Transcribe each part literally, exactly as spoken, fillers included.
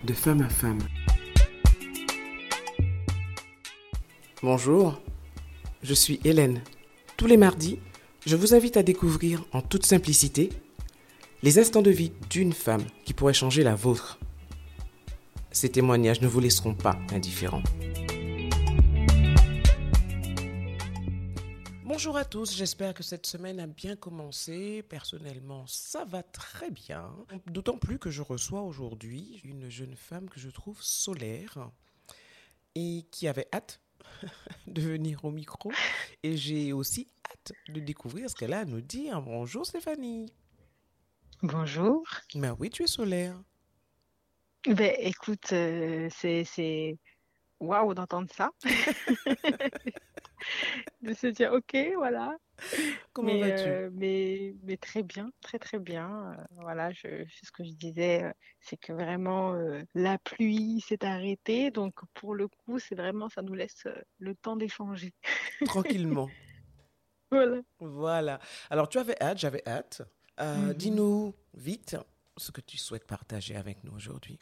de femme à femme. Bonjour, je suis Hélène. Tous les mardis, je vous invite à découvrir en toute simplicité les instants de vie d'une femme qui pourrait changer la vôtre. Ces témoignages ne vous laisseront pas indifférents. Bonjour à tous, j'espère que cette semaine a bien commencé. Personnellement, ça va très bien. D'autant plus que je reçois aujourd'hui une jeune femme que je trouve solaire et qui avait hâte de venir au micro. Et j'ai aussi hâte de découvrir ce qu'elle a à nous dire. Bonjour Stéphanie. Bonjour. Ben oui, tu es solaire. Ben, écoute, euh, c'est, c'est waouh d'entendre ça, de se dire ok, voilà. Comment Mais, vas-tu? euh, mais, mais très bien, très très bien. Euh, voilà, je, c'est ce que je disais, euh, c'est que vraiment euh, la pluie s'est arrêtée, donc pour le coup, c'est vraiment ça nous laisse euh, le temps d'échanger. Tranquillement. Voilà. Voilà. Alors tu avais hâte, j'avais hâte. Euh, Mhm. dis-nous vite ce que tu souhaites partager avec nous aujourd'hui.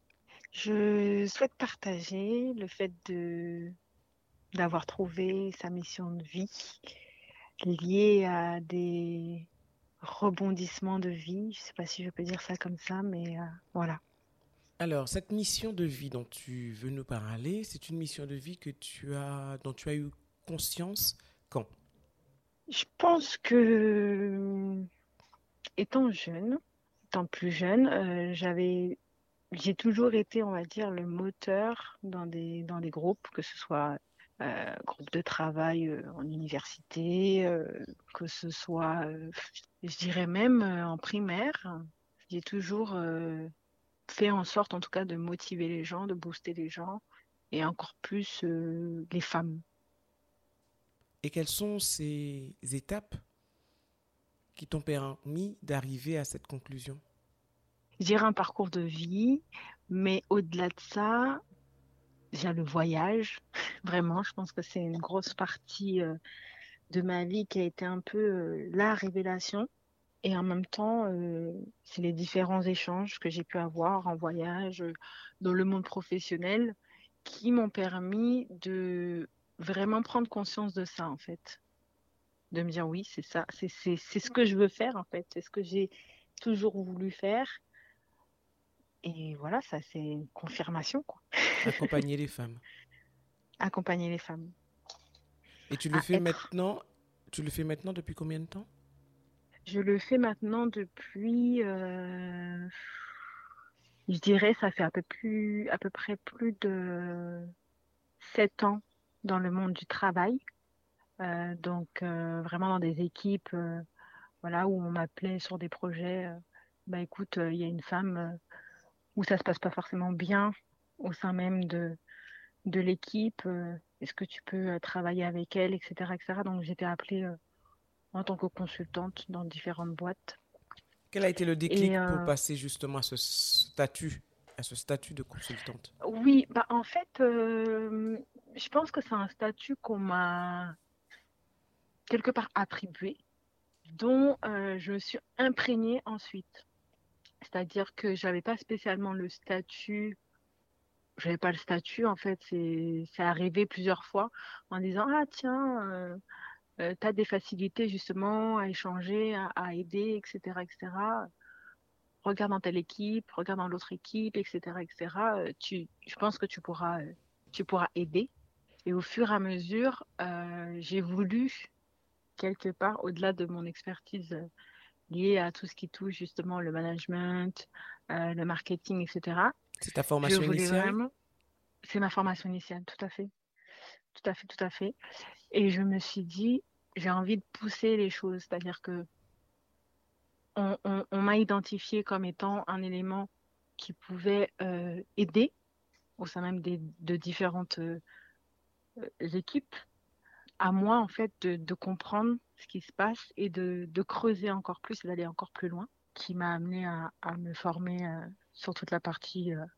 Je souhaite partager le fait de d'avoir trouvé sa mission de vie liée à des rebondissement de vie. Je sais pas si je peux dire ça comme ça, mais euh, voilà. Alors, cette mission de vie dont tu veux nous parler, c'est une mission de vie que tu as, dont tu as eu conscience quand? Je pense que étant jeune, étant plus jeune, euh, j'avais, j'ai toujours été, on va dire, le moteur dans des, dans des groupes, que ce soit euh, groupe de travail euh, en université, euh, que ce soit, euh, je dirais même euh, en primaire. J'ai toujours euh, fait en sorte, en tout cas, de motiver les gens, de booster les gens, et encore plus euh, les femmes. Et quelles sont ces étapes qui t'ont permis d'arriver à cette conclusion? Je dirais un parcours de vie, mais au-delà de ça, j'ai le voyage. Vraiment, je pense que c'est une grosse partie euh, de ma vie qui a été un peu euh, la révélation. Et en même temps, euh, c'est les différents échanges que j'ai pu avoir en voyage, euh, dans le monde professionnel, qui m'ont permis de vraiment prendre conscience de ça, en fait. De me dire, oui, c'est ça, c'est c'est- c'est ce que je veux faire, en fait. C'est ce que j'ai toujours voulu faire. Et voilà, ça, c'est une confirmation, quoi. Accompagner les femmes. Accompagner les femmes Et tu le à fais être. maintenant, tu le fais maintenant depuis combien de temps? Je le fais maintenant depuis, euh, je dirais, ça fait à peu plus, à peu près plus de sept ans dans le monde du travail. Euh, donc, euh, vraiment dans des équipes, euh, voilà, où on m'appelait sur des projets. Euh, bah écoute, euh, il y a une femme euh, où ça se passe pas forcément bien au sein même de, de l'équipe. Euh, est-ce que tu peux euh, travailler avec elle, et cetera, et cetera. Donc, j'étais appelée euh, en tant que consultante dans différentes boîtes. Quel a été le Et déclic pour euh, passer justement à ce statut, à ce statut de consultante? oui, bah en fait, euh, je pense que c'est un statut qu'on m'a quelque part attribué, dont euh, je me suis imprégnée ensuite. C'est-à-dire que j'avais pas spécialement le statut, j'avais pas le statut en fait, c'est c'est arrivé plusieurs fois en disant ah tiens, euh, euh, tu as des facilités justement à échanger, à, à aider, et cetera, et cetera. Regarde dans telle équipe, regarde dans l'autre équipe, et cetera, et cetera. Euh, Tu, je pense que tu pourras, euh, tu pourras aider. Et au fur et à mesure, euh, j'ai voulu, quelque part, au-delà de mon expertise euh, liée à tout ce qui touche justement le management, euh, le marketing, et cetera, C'est ta je formation voulais initiale? vraiment, c'est ma formation initiale, tout à fait, tout à fait, tout à fait. Et je me suis dit, j'ai envie de pousser les choses, c'est-à-dire que on, on- on m'a identifié comme étant un élément qui pouvait euh, aider au sein même des, de différentes euh, équipes à moi, en fait, de, de comprendre ce qui se passe et de, de creuser encore plus et d'aller encore plus loin, qui m'a amené à, à me former euh, sur toute la partie euh,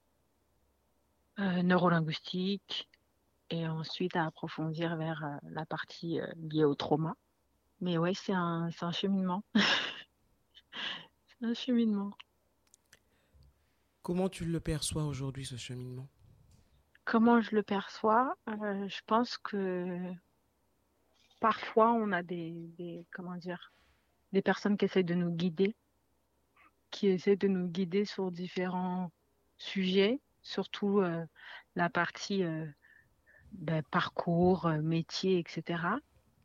euh, neurolinguistique et ensuite à approfondir vers euh, la partie euh, liée au trauma. Mais ouais, c'est un, c'est un cheminement. C'est un cheminement. Comment tu le perçois aujourd'hui, ce cheminement? Comment je le perçois? Euh, je pense que parfois on a des, des, comment dire, des personnes qui essaient de nous guider, qui essaient de nous guider sur différents sujets, surtout euh, la partie euh, ben, parcours, euh, métier, et cetera.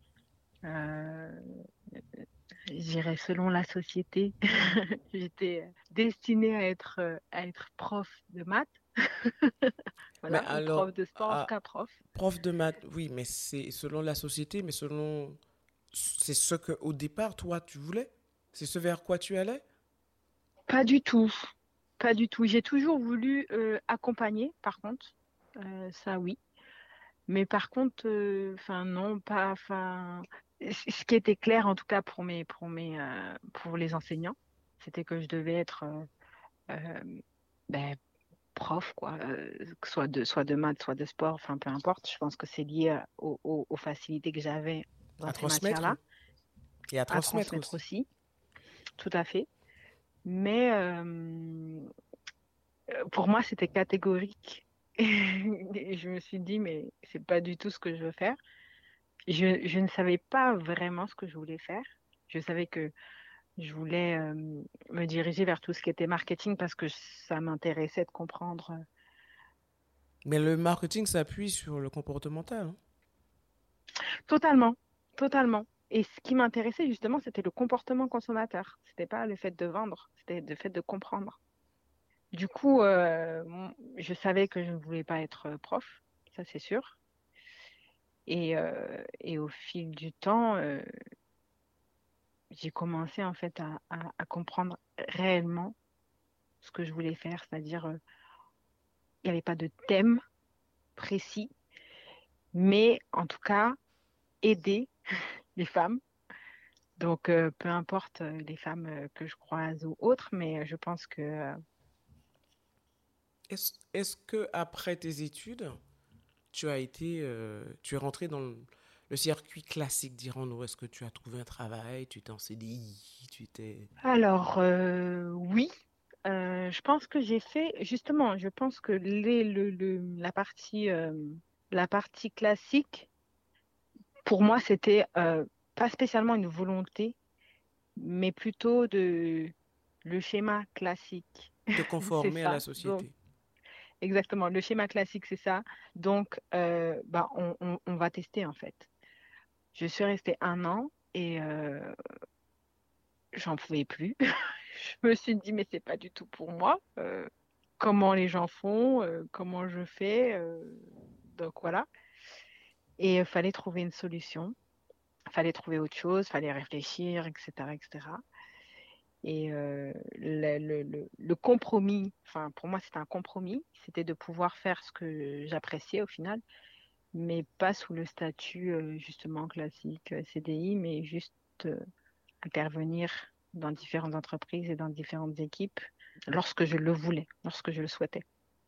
Euh, je dirais selon la société, j'étais destinée à être, euh, à être prof de maths, Mais voilà, ou alors, prof de sport, en tout ah, cas prof. prof de maths, oui, mais c'est selon la société, mais selon... C'est ce que au départ, toi, tu voulais? C'est ce vers quoi tu allais? Pas du tout, pas du tout. J'ai toujours voulu euh, accompagner, par contre, Euh, ça oui. Mais par contre, euh, enfin non, pas, enfin, c- ce qui était clair en tout cas pour mes, pour mes, euh, pour les enseignants, c'était que je devais être euh, euh, ben, prof, quoi, euh, que soit de, soit de maths, soit de sport, enfin peu importe. Je pense que c'est lié à- aux, aux- aux facilités que j'avais dans À ces transmettre matières-là, et à à transmettre transmettre aussi. aussi, tout à fait. Mais euh, pour moi, c'était catégorique. Et je me suis dit, mais c'est pas du tout ce que je veux faire. Je, je ne savais pas vraiment ce que je voulais faire. Je savais que je voulais euh, me diriger vers tout ce qui était marketing parce que ça m'intéressait de comprendre. euh, Mais le marketing s'appuie sur le comportemental, hein. Totalement, totalement. Et ce qui m'intéressait justement, c'était le comportement consommateur. C'était pas le fait de vendre, c'était le fait de comprendre. Du coup, euh, mon- je savais que je ne voulais pas être euh, prof, ça c'est sûr. Et, euh, et au fil du temps, euh, j'ai commencé en fait à, à- à comprendre réellement ce que je voulais faire, c'est-à-dire euh, il n'y avait pas de thème précis, mais en tout cas aider les femmes. Donc euh, peu importe euh, les femmes euh, que je croise ou autres, mais euh, je pense que euh, Est-ce, est-ce que après tes études, tu as été, euh, tu es rentré dans le, le circuit classique, dirons-nous? Est-ce que tu as trouvé un travail, tu étais en C D I, tu étais... alors euh, oui, euh, je pense que j'ai fait justement, je pense que les, le, le- la partie euh, la partie classique pour moi c'était euh, pas spécialement une volonté, mais plutôt de le schéma classique. te C'est conformer à la ça. Donc, société? exactement. Le schéma classique, c'est ça. Donc, euh, bah, on, on- on va tester en fait. Je suis restée un an et euh, j'en pouvais plus. Je me suis dit, mais c'est pas du tout pour moi. Euh, comment les gens font, euh, comment je fais. euh, donc voilà. Et il fallait trouver une solution. Il fallait trouver autre chose, il fallait réfléchir, et cetera, et cetera. Et euh, le, le- le- le compromis, enfin pour moi c'était un compromis, c'était de pouvoir faire ce que j'appréciais au final, mais pas sous le statut euh, justement classique euh, C D I, mais juste euh, intervenir dans différentes entreprises et dans différentes équipes lorsque je le voulais, lorsque je le souhaitais.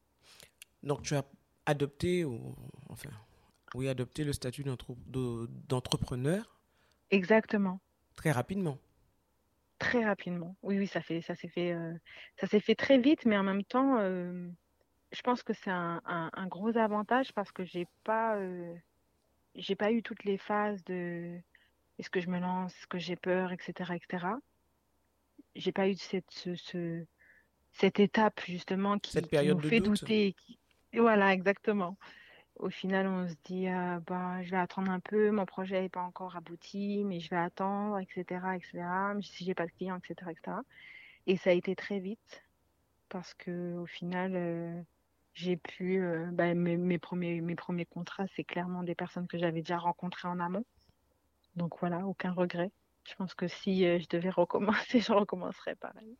Donc tu as adopté, ou enfin, oui, adopté le statut d'entre- de- d'entrepreneur Exactement, très rapidement. très rapidement. Oui, oui, ça fait, ça s'est fait, euh, ça s'est fait très vite, mais en même temps, euh, je pense que c'est un, un- un gros avantage parce que j'ai pas, euh, j'ai pas eu toutes les phases de est-ce que je me lance, est-ce que j'ai peur, et cetera, et cetera. J'ai pas eu cette, ce, ce- cette étape justement Cette qui, qui période nous de fait doute, douter. Qui... et Voilà, exactement. Au final, on se dit, ah, ben, je vais attendre un peu, mon projet n'est pas encore abouti, mais je vais attendre, et cetera, et cetera. Mais si j'ai pas de client, et cetera, et cetera. Et cetera. Et ça a été très vite parce que au final, euh, j'ai pu, euh, ben, mes, mes premiers, mes premiers contrats, c'est clairement des personnes que j'avais déjà rencontrées en amont. Donc voilà, aucun regret. Je pense que si euh, je devais recommencer, je recommencerais pareil.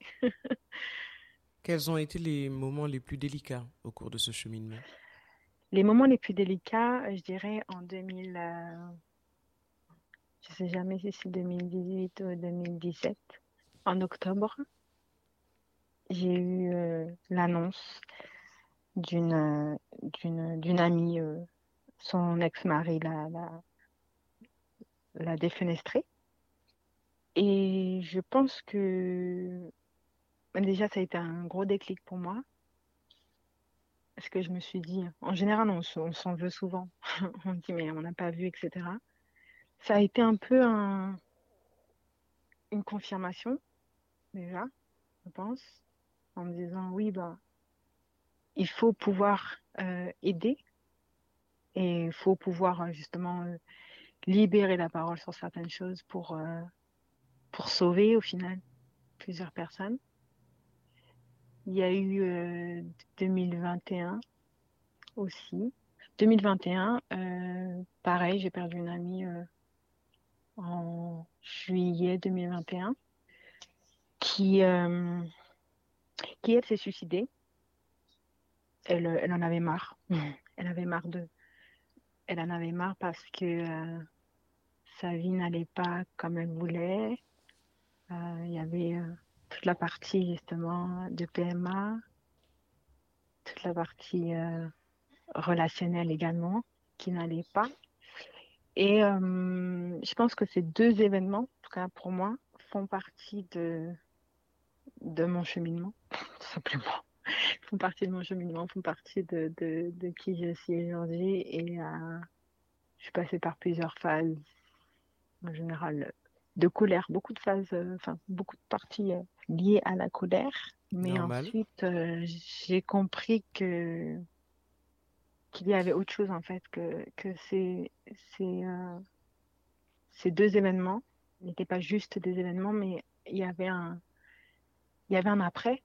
quels ont été les moments les plus délicats au cours de ce cheminement? Les moments les plus délicats, euh, je dirais en deux mille, euh, je sais jamais si c'est deux mille dix-huit ou deux mille dix-sept, en octobre, j'ai eu euh, l'annonce d'une euh, d'une d'une amie, euh, son ex-mari l'a l'a l'a défenestré. Et je pense que bah, déjà ça a été un gros déclic pour moi. ce que je me suis dit. En général, on, se- on s'en veut souvent. On dit, mais on n'a pas vu, et cetera. Ça a été un peu un- une confirmation, déjà, je pense, en me disant, oui, bah, il faut pouvoir euh, aider et il faut pouvoir euh, justement euh, libérer la parole sur certaines choses pour, euh, pour sauver, au final, plusieurs personnes. Il y a eu euh, deux mille vingt et un aussi. deux mille vingt et un, euh, pareil, j'ai perdu une amie euh, en juillet deux mille vingt et un qui, euh, qui elle, s'est suicidée. Elle, euh, elle en avait marre. Elle avait marre de, elle en avait marre parce que euh, sa vie n'allait pas comme elle voulait. Euh, il y avait euh, toute la partie justement de P M A, toute la partie euh, relationnelle également qui n'allait pas. Et euh, je pense que ces deux événements, en tout cas pour moi, font partie de, de mon cheminement, tout simplement. Font partie de mon cheminement, font partie de, de, de qui je suis aujourd'hui. Et euh, je suis passée par plusieurs phases, en général, de colère, beaucoup de phases, euh, enfin, beaucoup de parties euh, liées à la colère. Mais Normal. ensuite, euh, j'ai compris que qu'il y avait autre chose, en fait, que, que ces, ces, euh, ces deux événements n'étaient pas juste des événements, mais il y avait un, il y avait un après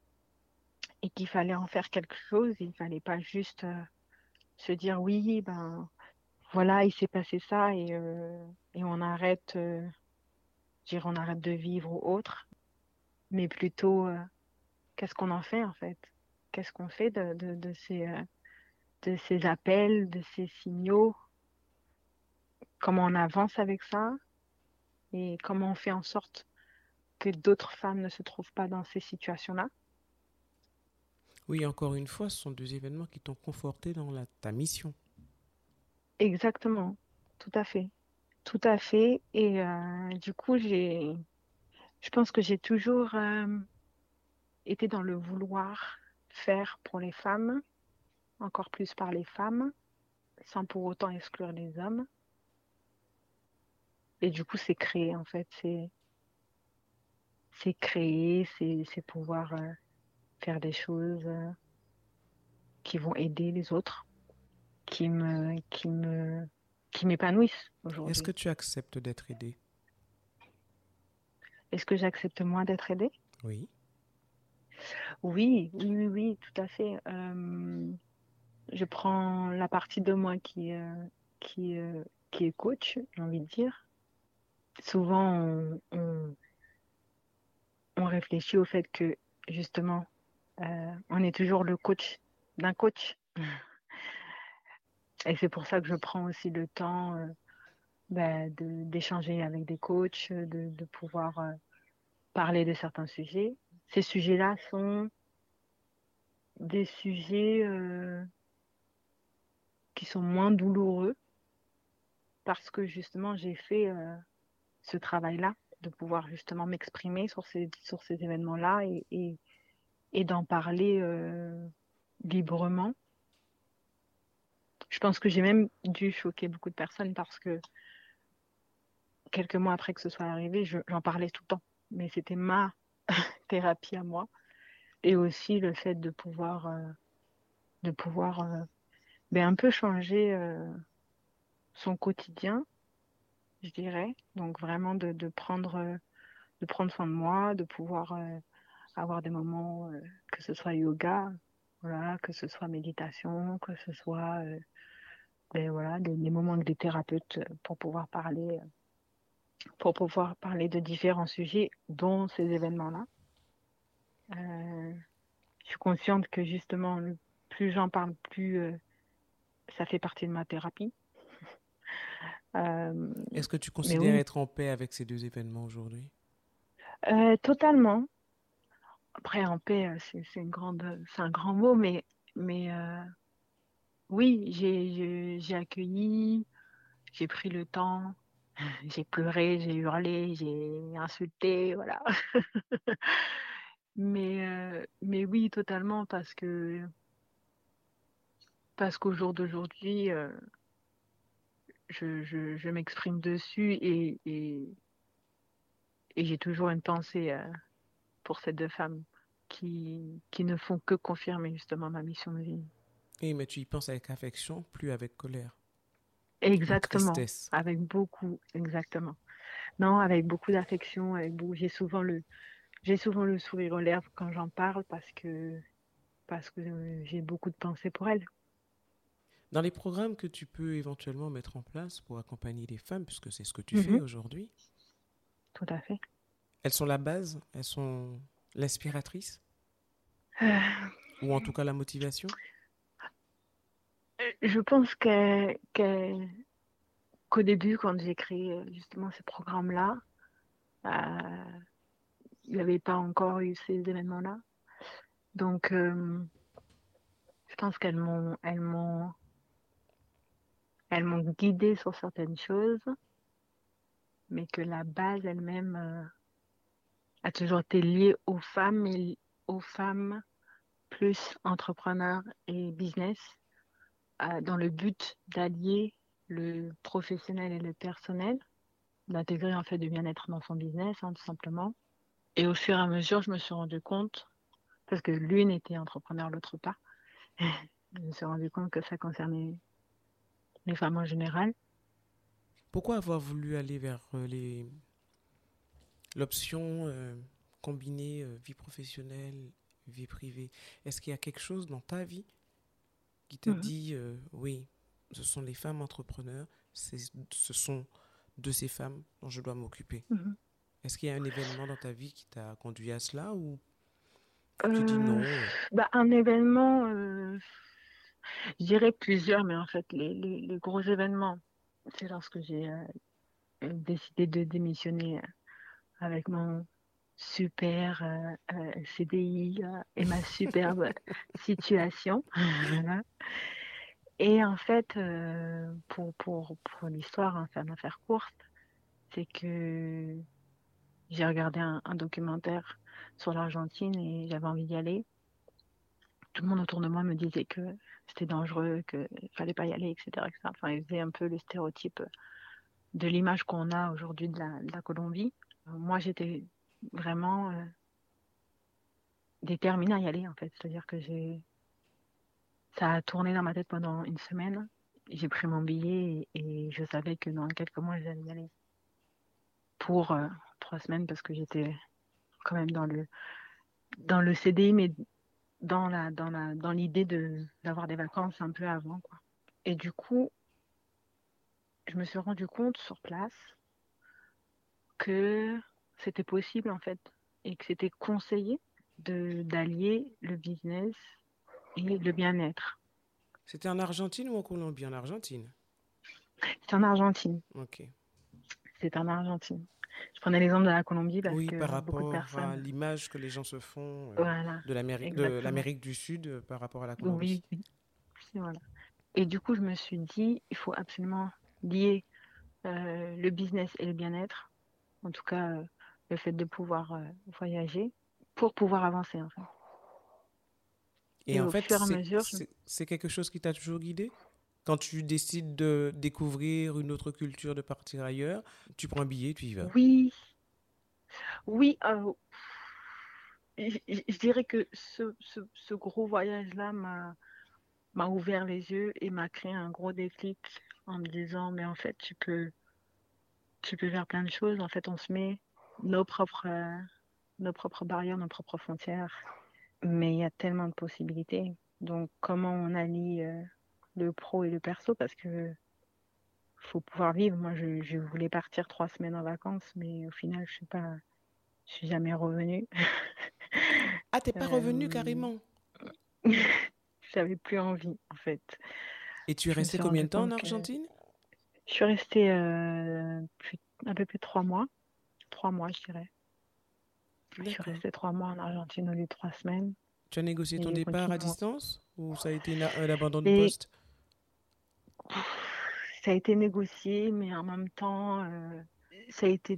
et qu'il fallait en faire quelque chose. Il fallait pas juste euh, se dire oui, ben voilà, il s'est passé ça et, euh, et on arrête, euh, je dirais, on arrête de vivre ou autre, mais plutôt euh, qu'est-ce qu'on en fait en fait? Qu'est-ce qu'on fait de, de, de ces, euh, de ces appels, de ces signaux? Comment on avance avec ça? Et comment on fait en sorte que d'autres femmes ne se trouvent pas dans ces situations-là? Oui, encore une fois, ce sont deux événements qui t'ont conforté dans la, ta mission. Exactement, tout à fait, tout à fait. Et euh, du coup, j'ai, je pense que j'ai toujours euh, été dans le vouloir faire pour les femmes, encore plus par les femmes, sans pour autant exclure les hommes. Et du coup, c'est créer, en fait, c'est, c'est créer, c'est, c'est pouvoir euh, faire des choses euh, qui vont aider les autres, qui me, qui me, qui m'épanouissent Est-ce que aujourd'hui. tu acceptes d'être aidé? Est-ce que j'accepte moi d'être aidée? Oui. Oui, oui, oui, oui, tout à fait. Euh, je prends la partie de moi qui, euh, qui, euh, qui est coach, j'ai envie de dire. Souvent, on, on, on réfléchit au fait que, justement, euh, on est toujours le coach d'un coach. Et c'est pour ça que je prends aussi le temps euh, bah, de, d'échanger avec des coachs, de, de pouvoir euh, parler de certains sujets. Ces sujets-là sont des sujets euh, qui sont moins douloureux parce que, justement, j'ai fait euh, ce travail-là, de pouvoir justement m'exprimer sur ces, sur ces événements-là et, et, et d'en parler euh, librement. Je pense que j'ai même dû choquer beaucoup de personnes parce que quelques mois après que ce soit arrivé, je, j'en parlais tout le temps. Mais c'était ma thérapie à moi. Et aussi le fait de pouvoir, euh, de pouvoir euh, ben, un peu changer euh, son quotidien, je dirais. Donc vraiment de, de prendre, euh, de prendre soin de moi, de pouvoir euh, avoir des moments, euh, que ce soit yoga, voilà, que ce soit méditation, que ce soit euh, ben, voilà, des, des moments avec des thérapeutes euh, pour pouvoir parler, euh, pour pouvoir parler de différents sujets, dont ces événements-là. Euh, je suis consciente que justement, le plus j'en parle, plus euh, ça fait partie de ma thérapie. Euh, Est-ce que tu mais considères oui, être en paix avec ces deux événements aujourd'hui? euh, totalement. Après, en paix, euh, c'est c'est une grande, c'est un grand mot, mais, mais euh, oui, j'ai j'ai- j'ai accueilli, j'ai pris le temps, j'ai pleuré, j'ai hurlé, j'ai insulté, voilà. Mais, euh, mais oui, totalement, parce que parce qu'au jour d'aujourd'hui, euh, je, je, je m'exprime dessus et, et, et j'ai toujours une pensée euh, pour ces deux femmes qui, qui ne font que confirmer justement ma mission de vie. Et mais tu y penses avec affection, plus avec colère ou Exactement, tristesse. avec beaucoup, exactement. Non, avec beaucoup d'affection, avec beaucoup, j'ai souvent le, j'ai souvent le sourire aux lèvres quand j'en parle parce que, parce que euh, j'ai beaucoup de pensées pour elles. Dans les programmes que tu peux éventuellement mettre en place pour accompagner les femmes, puisque c'est ce que tu fais Mhm, aujourd'hui, tout à fait. elles sont la base, elles sont l'inspiratrice, Euh, ou en tout cas la motivation. je pense que, que- qu'au début, quand j'ai créé euh, justement ce programme-là, euh, il n'y avait pas encore eu ces événements-là. Donc, euh, je pense qu'elles m'ont, elles m'ont, elles m'ont guidée sur certaines choses, mais que la base elle-même euh, a toujours été liée aux femmes et aux femmes plus entrepreneurs et business, euh, dans le but d'allier le professionnel et le personnel, d'intégrer en fait du bien-être dans son business, hein, tout simplement. Et au fur et à mesure, je me suis rendu compte, parce que l'une était entrepreneur, l'autre pas, je me suis rendu compte que ça concernait les femmes en général. Pourquoi avoir voulu aller vers euh, les l'option euh, combinée euh, vie professionnelle, vie privée? Est-ce qu'il y a quelque chose dans ta vie qui t'a Mhm, dit euh, oui, ce sont les femmes entrepreneurs, c'est, ce sont de ces femmes dont je dois m'occuper? mhm. Est-ce qu'il y a un événement dans ta vie qui t'a conduit à cela ou tu dis Euh, non? euh, bah, un événement, euh, je dirais plusieurs, mais en fait, les, les, les gros événements, c'est lorsque j'ai euh, décidé de démissionner euh, avec mon super euh, euh, C D I euh, et ma superbe situation. Voilà. Et en fait, euh, pour, pour, pour l'histoire, hein, faire l'affaire courte, c'est que j'ai regardé un, un documentaire sur l'Argentine et j'avais envie d'y aller. Tout le monde autour de moi me disait que c'était dangereux, qu'il ne fallait pas y aller, et cetera, et cetera. Enfin, ils faisaient un peu le stéréotype de l'image qu'on a aujourd'hui de la, de la Colombie. Euh, Moi, j'étais vraiment euh, déterminée à y aller, en fait. C'est-à-dire que j'ai, ça a tourné dans ma tête pendant une semaine. J'ai pris mon billet et, et je savais que dans quelques mois, j'allais y aller pour euh, trois semaines parce que j'étais quand même dans le, dans le C D I, mais dans la, dans la, dans l'idée de, d'avoir des vacances un peu avant, quoi. Et du coup, je me suis rendu compte sur place que c'était possible, en fait, et que c'était conseillé de, d'allier le business et le bien-être. C'était en Argentine ou en Colombie? En Argentine. C'est en Argentine. Ok. C'est en Argentine. Je prenais l'exemple de la Colombie parce Oui, par que beaucoup de rapport à personnes. l'image que les gens se font euh, Voilà, de l'Amérique, de exactement. l'Amérique du Sud euh, par rapport à la Colombie. Oui, oui. Voilà. Et du coup, je me suis dit, il faut absolument lier euh, le business et le bien-être. En tout cas, euh, le fait de pouvoir euh, voyager pour pouvoir avancer, en fait. Et Et en au fait, fur et à c'est, mesure, je... c'est, c'est quelque chose qui t'a toujours guidé? Quand tu décides de découvrir une autre culture, de partir ailleurs, tu prends un billet, tu y vas. oui, oui, euh, je, je- je dirais que ce, ce, ce gros voyage-là m'a m'a ouvert les yeux et m'a créé un gros déclic en me disant, mais en fait, tu peux, tu peux faire plein de choses. En fait, on se met nos propres, euh, nos propres barrières, nos propres frontières. Mais il y a tellement de possibilités. Donc, comment on allie euh, le pro et le perso? Parce que faut pouvoir vivre. Moi, je, je voulais partir trois semaines en vacances, mais au final, je suis pas, je suis jamais revenue. Ah, t'es pas revenu Euh, carrément. J'avais plus envie, en fait. Et tu es Je me resté suis combien rendu de temps en compte que Argentine? je suis restée euh, plus, un peu plus de trois mois. Trois mois, je dirais. Je suis D'accord. restée trois mois en Argentine au lieu de trois semaines Tu as négocié et ton j'ai départ à continué. distance ou ça a été une- un abandon de Et poste? ça a été négocié, mais en même temps, euh, ça a été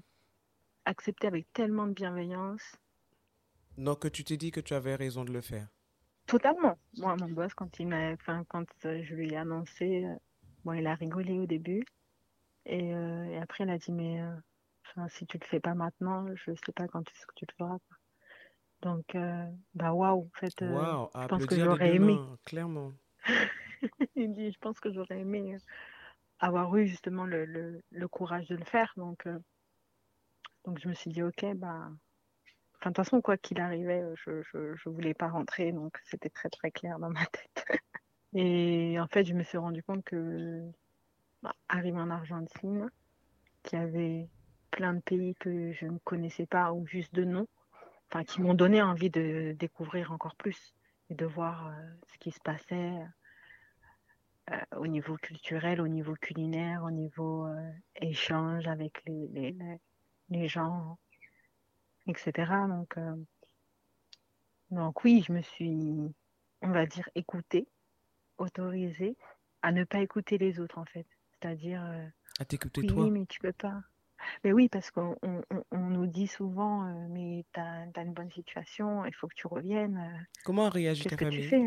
accepté avec tellement de bienveillance. Donc, tu t'es dit que tu avais raison de le faire. Totalement. Moi, mon boss, quand il m'a, enfin, quand euh, je lui ai annoncé, euh, bon, il a rigolé au début. Et, euh, et après, il a dit, mais euh, enfin, si tu le fais pas maintenant, je sais pas quand est-ce que tu le feras. Donc, euh, bah waouh, en fait, euh, Waouh, à je pense que applaudir des j'aurais deux aimé. mains, clairement. Il dit, je pense que j'aurais aimé euh, avoir eu justement le, le, le courage de le faire. Donc, euh, donc je me suis dit, ok, bah, enfin, de toute façon, quoi qu'il arrivait, euh, je, je, je voulais pas rentrer. Donc, c'était très, très clair dans ma tête. Et en fait, je me suis rendu compte que, bah, arrivé en Argentine, qu'il y avait plein de pays que je ne connaissais pas ou juste de nom, enfin, qui m'ont donné envie de découvrir encore plus et de voir euh, ce qui se passait euh, au niveau culturel, au niveau culinaire, au niveau euh, échange avec les, les, les, les gens, et cetera. Donc, euh, donc oui, je me suis, on va dire, écoutée, autorisée à ne pas écouter les autres, en fait. C'est-à-dire, euh, À t'écouter oui, toi. mais tu peux pas. Mais oui, parce qu'on on, on- on nous dit souvent, euh, mais tu as une bonne situation, il faut que tu reviennes. euh, Comment a réagi Qu'est-ce ta que tu famille? fais?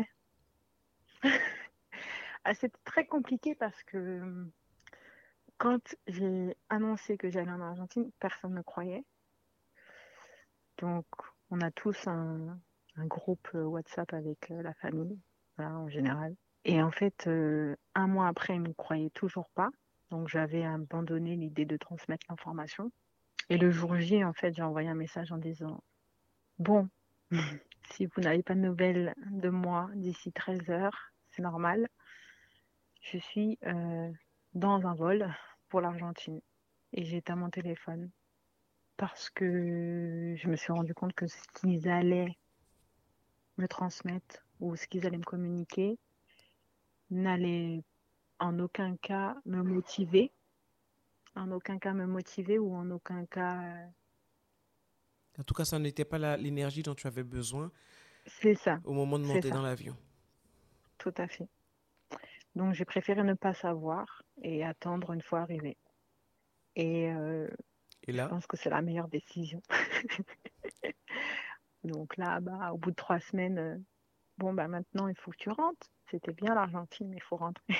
Ah, c'était très compliqué parce que euh, quand j'ai annoncé que j'allais en Argentine, personne ne me croyait. Donc, on a tous un, un groupe euh, WhatsApp avec euh, la famille, voilà, en général. Et en fait, euh, un mois après, ils ne me croyaient toujours pas. Donc, j'avais abandonné l'idée de transmettre l'information. Et le jour J, en fait, j'ai envoyé un message en disant, bon, si vous n'avez pas de nouvelles de moi d'ici treize heures, c'est normal. Je suis euh, dans un vol pour l'Argentine. Et j'étais à mon téléphone parce que je me suis rendu compte que ce qu'ils allaient me transmettre ou ce qu'ils allaient me communiquer n'allait en aucun cas me motiver, en aucun cas me motiver ou en aucun cas... euh, En tout cas, ça n'était pas la- l'énergie dont tu avais besoin C'est ça, au moment de c'est monter ça, dans l'avion. tout à fait. Donc j'ai préféré ne pas savoir et attendre une fois arrivé. Et euh, Et je là, pense que c'est la meilleure décision. Donc là, bah, au bout de trois semaines, euh, bon, bah, maintenant, il faut que tu rentres. C'était bien l'Argentine, mais il faut rentrer.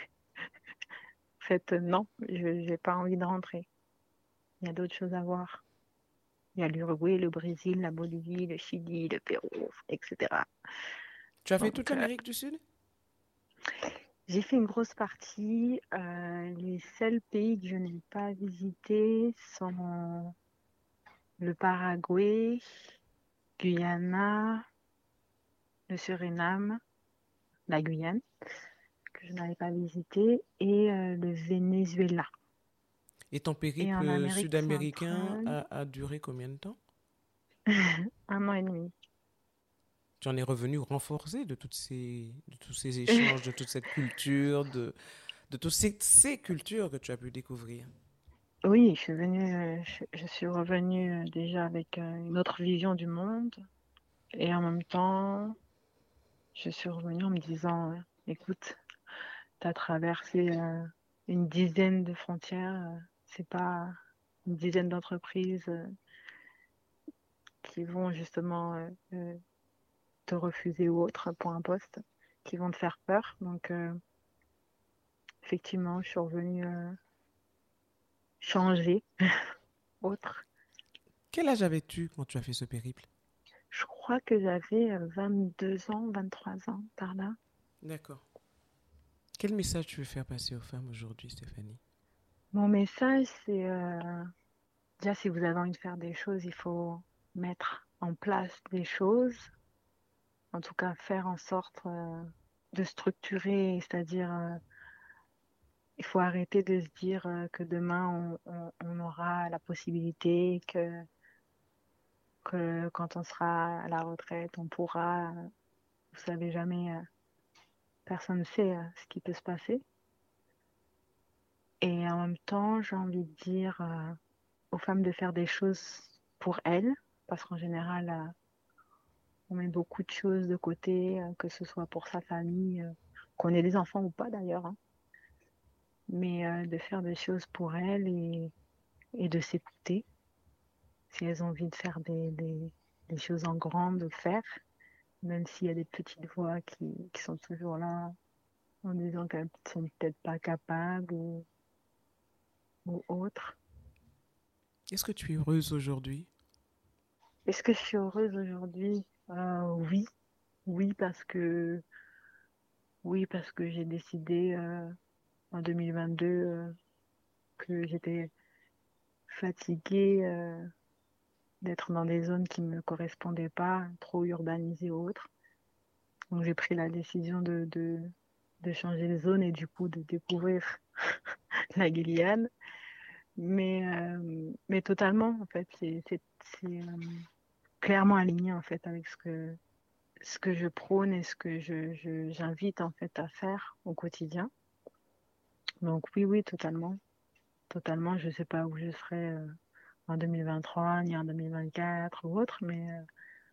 En fait, euh, non, je n'ai pas envie de rentrer. Il y a d'autres choses à voir. Il y a l'Uruguay, le Brésil, la Bolivie, le Chili, le Pérou, et cetera. tu as fait toute Donc, euh, l'Amérique du Sud? j'ai fait une grosse partie. Euh, les seuls pays que je n'ai pas visités sont le Paraguay, Guyana, le Suriname, la Guyane, que je n'avais pas visité, et euh, le Venezuela. Et ton Et en périple Amérique sud-américain centrale, a, a duré combien de temps? un an et demi. Tu en es revenu renforcé de, toutes ces, de tous ces échanges, de toute cette culture, de, de toutes ces, ces cultures que tu as pu découvrir. Oui, je suis venue, euh, je, je suis revenue euh, déjà avec euh, une autre vision du monde. Et en même temps, je suis revenue en me disant, euh, écoute, tu as traversé euh, une dizaine de frontières, euh, c'est pas une dizaine d'entreprises euh, qui vont justement euh, euh, te refuser ou autre pour un poste, qui vont te faire peur. Donc, euh, effectivement, je suis revenue euh, changer, autre. Quel âge avais-tu quand tu as fait ce périple? Je crois que j'avais euh, vingt-deux ans, vingt-trois ans par là. D'accord. Quel message tu veux faire passer aux femmes aujourd'hui, Stéphanie? Mon message, c'est euh, déjà, si vous avez envie de faire des choses, il faut mettre en place des choses, en tout cas faire en sorte euh, de structurer, c'est-à-dire euh, il faut arrêter de se dire euh, que demain on, on- on aura la possibilité, que, que quand on sera à la retraite, on pourra, euh, vous savez jamais, euh, personne ne sait euh, ce qui peut se passer. Et en même temps, j'ai envie de dire euh, aux femmes de faire des choses pour elles, parce qu'en général, euh, on met beaucoup de choses de côté, euh, que ce soit pour sa famille, euh, qu'on ait des enfants ou pas d'ailleurs, hein, mais euh, de faire des choses pour elles et, et de s'écouter. Si elles ont envie de faire des, des, des choses en grand, de le faire. même s'il y a des petites voix qui, qui sont toujours là en disant qu'elles ne sont peut-être pas capables ou, ou autres. Est-ce que tu es heureuse aujourd'hui? Est-ce que je suis heureuse aujourd'hui? Euh, oui, oui parce que oui parce que j'ai décidé euh, en deux mille vingt-deux euh, que j'étais fatiguée euh, d'être dans des zones qui ne me correspondaient pas, trop urbanisées ou autres. Donc j'ai pris la décision de, de, de changer de zone et du coup de découvrir la Guyane. Mais, euh, mais totalement, en fait, c'est, c'est, c'est euh, clairement aligné en fait avec ce que, ce que je prône et ce que je, je, j'invite en fait à faire au quotidien. Donc oui, oui, totalement. Totalement, je ne sais pas où je serai euh, en deux mille vingt-trois, ni en deux mille vingt-quatre ou autre, mais euh,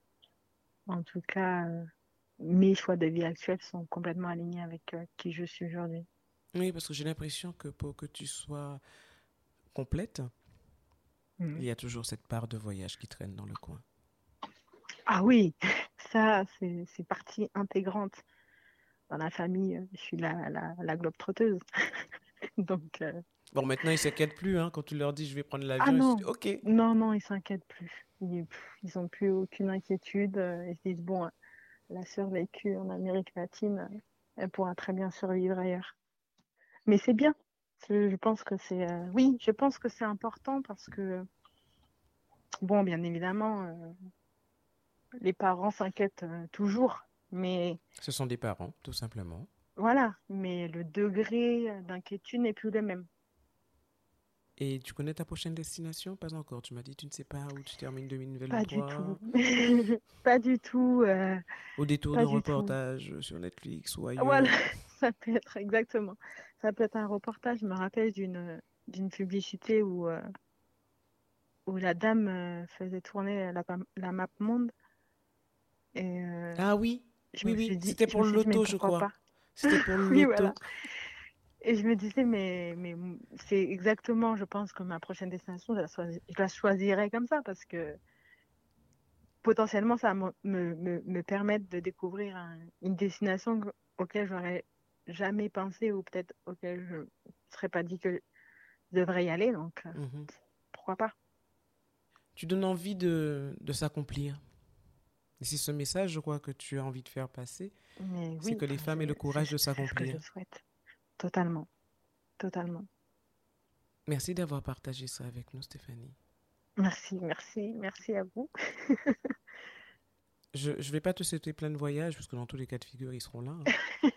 en tout cas, euh, mes choix de vie actuels sont complètement alignés avec euh, qui je suis aujourd'hui. Oui, parce que j'ai l'impression que pour que tu sois complète, il Mhm. y a toujours cette part de voyage qui traîne dans le coin. Ah oui, ça, c'est, c'est partie intégrante. Dans la famille, euh, je suis la, la, la globe-trotteuse. Donc, euh, Bon, maintenant, ils ne s'inquiètent plus, hein, quand tu leur dis je vais prendre ah l'avion, ils se disent non, OK. non, non, ils s'inquiètent plus. Ils, ils ont plus aucune inquiétude. euh, Ils se disent, bon, euh, la sœur vécue en Amérique latine, euh, elle pourra très bien survivre ailleurs. Mais c'est bien. C'est- Je pense que c'est, euh, oui, je pense que c'est important parce que, bon, bien évidemment, euh, les parents s'inquiètent euh, toujours, mais Ce sont des parents, tout simplement. voilà, mais le degré euh, d'inquiétude n'est plus le même. Et tu connais ta prochaine destination? Pas encore. Tu m'as dit tu ne sais pas où tu termines Pas du tout. deux mille vingt-trois. Pas du tout. euh, Au détour pas d'un du tout. reportage sur Netflix ou Voilà, ailleurs. ça peut être exactement. Ça peut être un reportage. Je me rappelle d'une d'une publicité où, euh, où la dame euh, faisait tourner la, pam- la map monde. Et euh, Ah oui, je oui, me suis oui. dit, C'était je pour me le suis dit, mais loto, je pourquoi crois. pas? C'était pour le Oui, voilà. loto. Et je me disais, mais, mais c'est exactement, je pense que ma prochaine destination, je la, choisi- je la choisirais comme ça parce que potentiellement, ça va me, me, me, me permettre de découvrir un- une destination que- auquel j'aurais jamais pensé ou peut-être auquel je ne serais pas dit que je devrais y aller. Donc, euh, Mhm. pourquoi pas? Tu donnes envie de, de s'accomplir. Et c'est ce message, je crois, que tu as envie de faire passer. Mais C'est oui, que les femmes aient le c'est c'est- courage de c'est ce que je s'accomplir. souhaite. Totalement, totalement. Merci d'avoir partagé ça avec nous, Stéphanie. Merci, merci, merci à vous. Je ne vais pas te souhaiter plein de voyages, parce que dans tous les cas de figure, ils seront là, hein.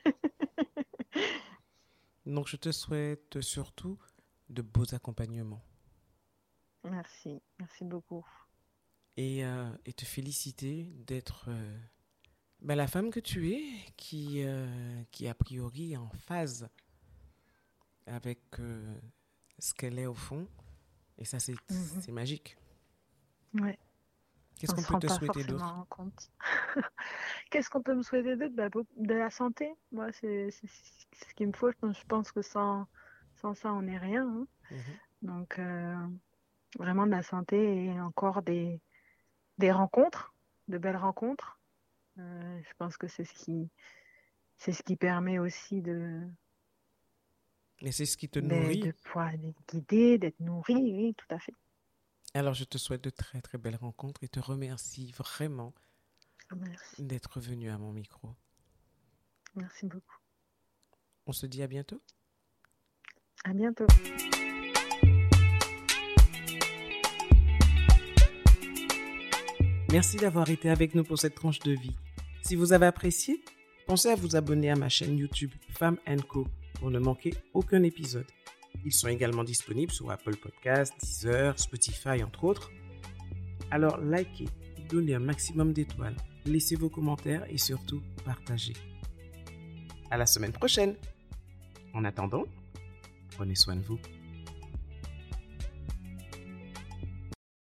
Donc, je te souhaite surtout de beaux accompagnements. Merci, merci beaucoup. Et, euh, et te féliciter d'être euh, ben, la femme que tu es, qui, euh, qui a priori est en phase avec euh, ce qu'elle est au fond. Et ça, c'est Mhm. c'est magique. Ouais, Qu'est-ce on ne qu'on se peut rend te pas souhaiter d'autre? forcément compte. Qu'est-ce qu'on peut me souhaiter d'autre? Bah, beau- de la santé. Moi, c'est c'est ce qu'il me faut. Je pense je pense que sans, sans ça, on n'est rien, hein. Mhm. Donc, euh, vraiment de la santé et encore des, des rencontres, de belles rencontres. Euh, je pense que c'est ce qui, c'est ce qui permet aussi de, Et c'est ce qui te de, nourrit. de pouvoir être guidé, d'être nourri. Oui, tout à fait. Alors, je te souhaite de très, très belles rencontres et te remercie vraiment Merci. d'être venu à mon micro. Merci beaucoup. On se dit à bientôt. À bientôt. Merci d'avoir été avec nous pour cette tranche de vie. Si vous avez apprécié, pensez à vous abonner à ma chaîne YouTube Femme and Co pour ne manquer aucun épisode. Ils sont également disponibles sur Apple Podcasts, Deezer, Spotify, entre autres. Alors likez, donnez un maximum d'étoiles, laissez vos commentaires et surtout partagez. À la semaine prochaine. En attendant, prenez soin de vous.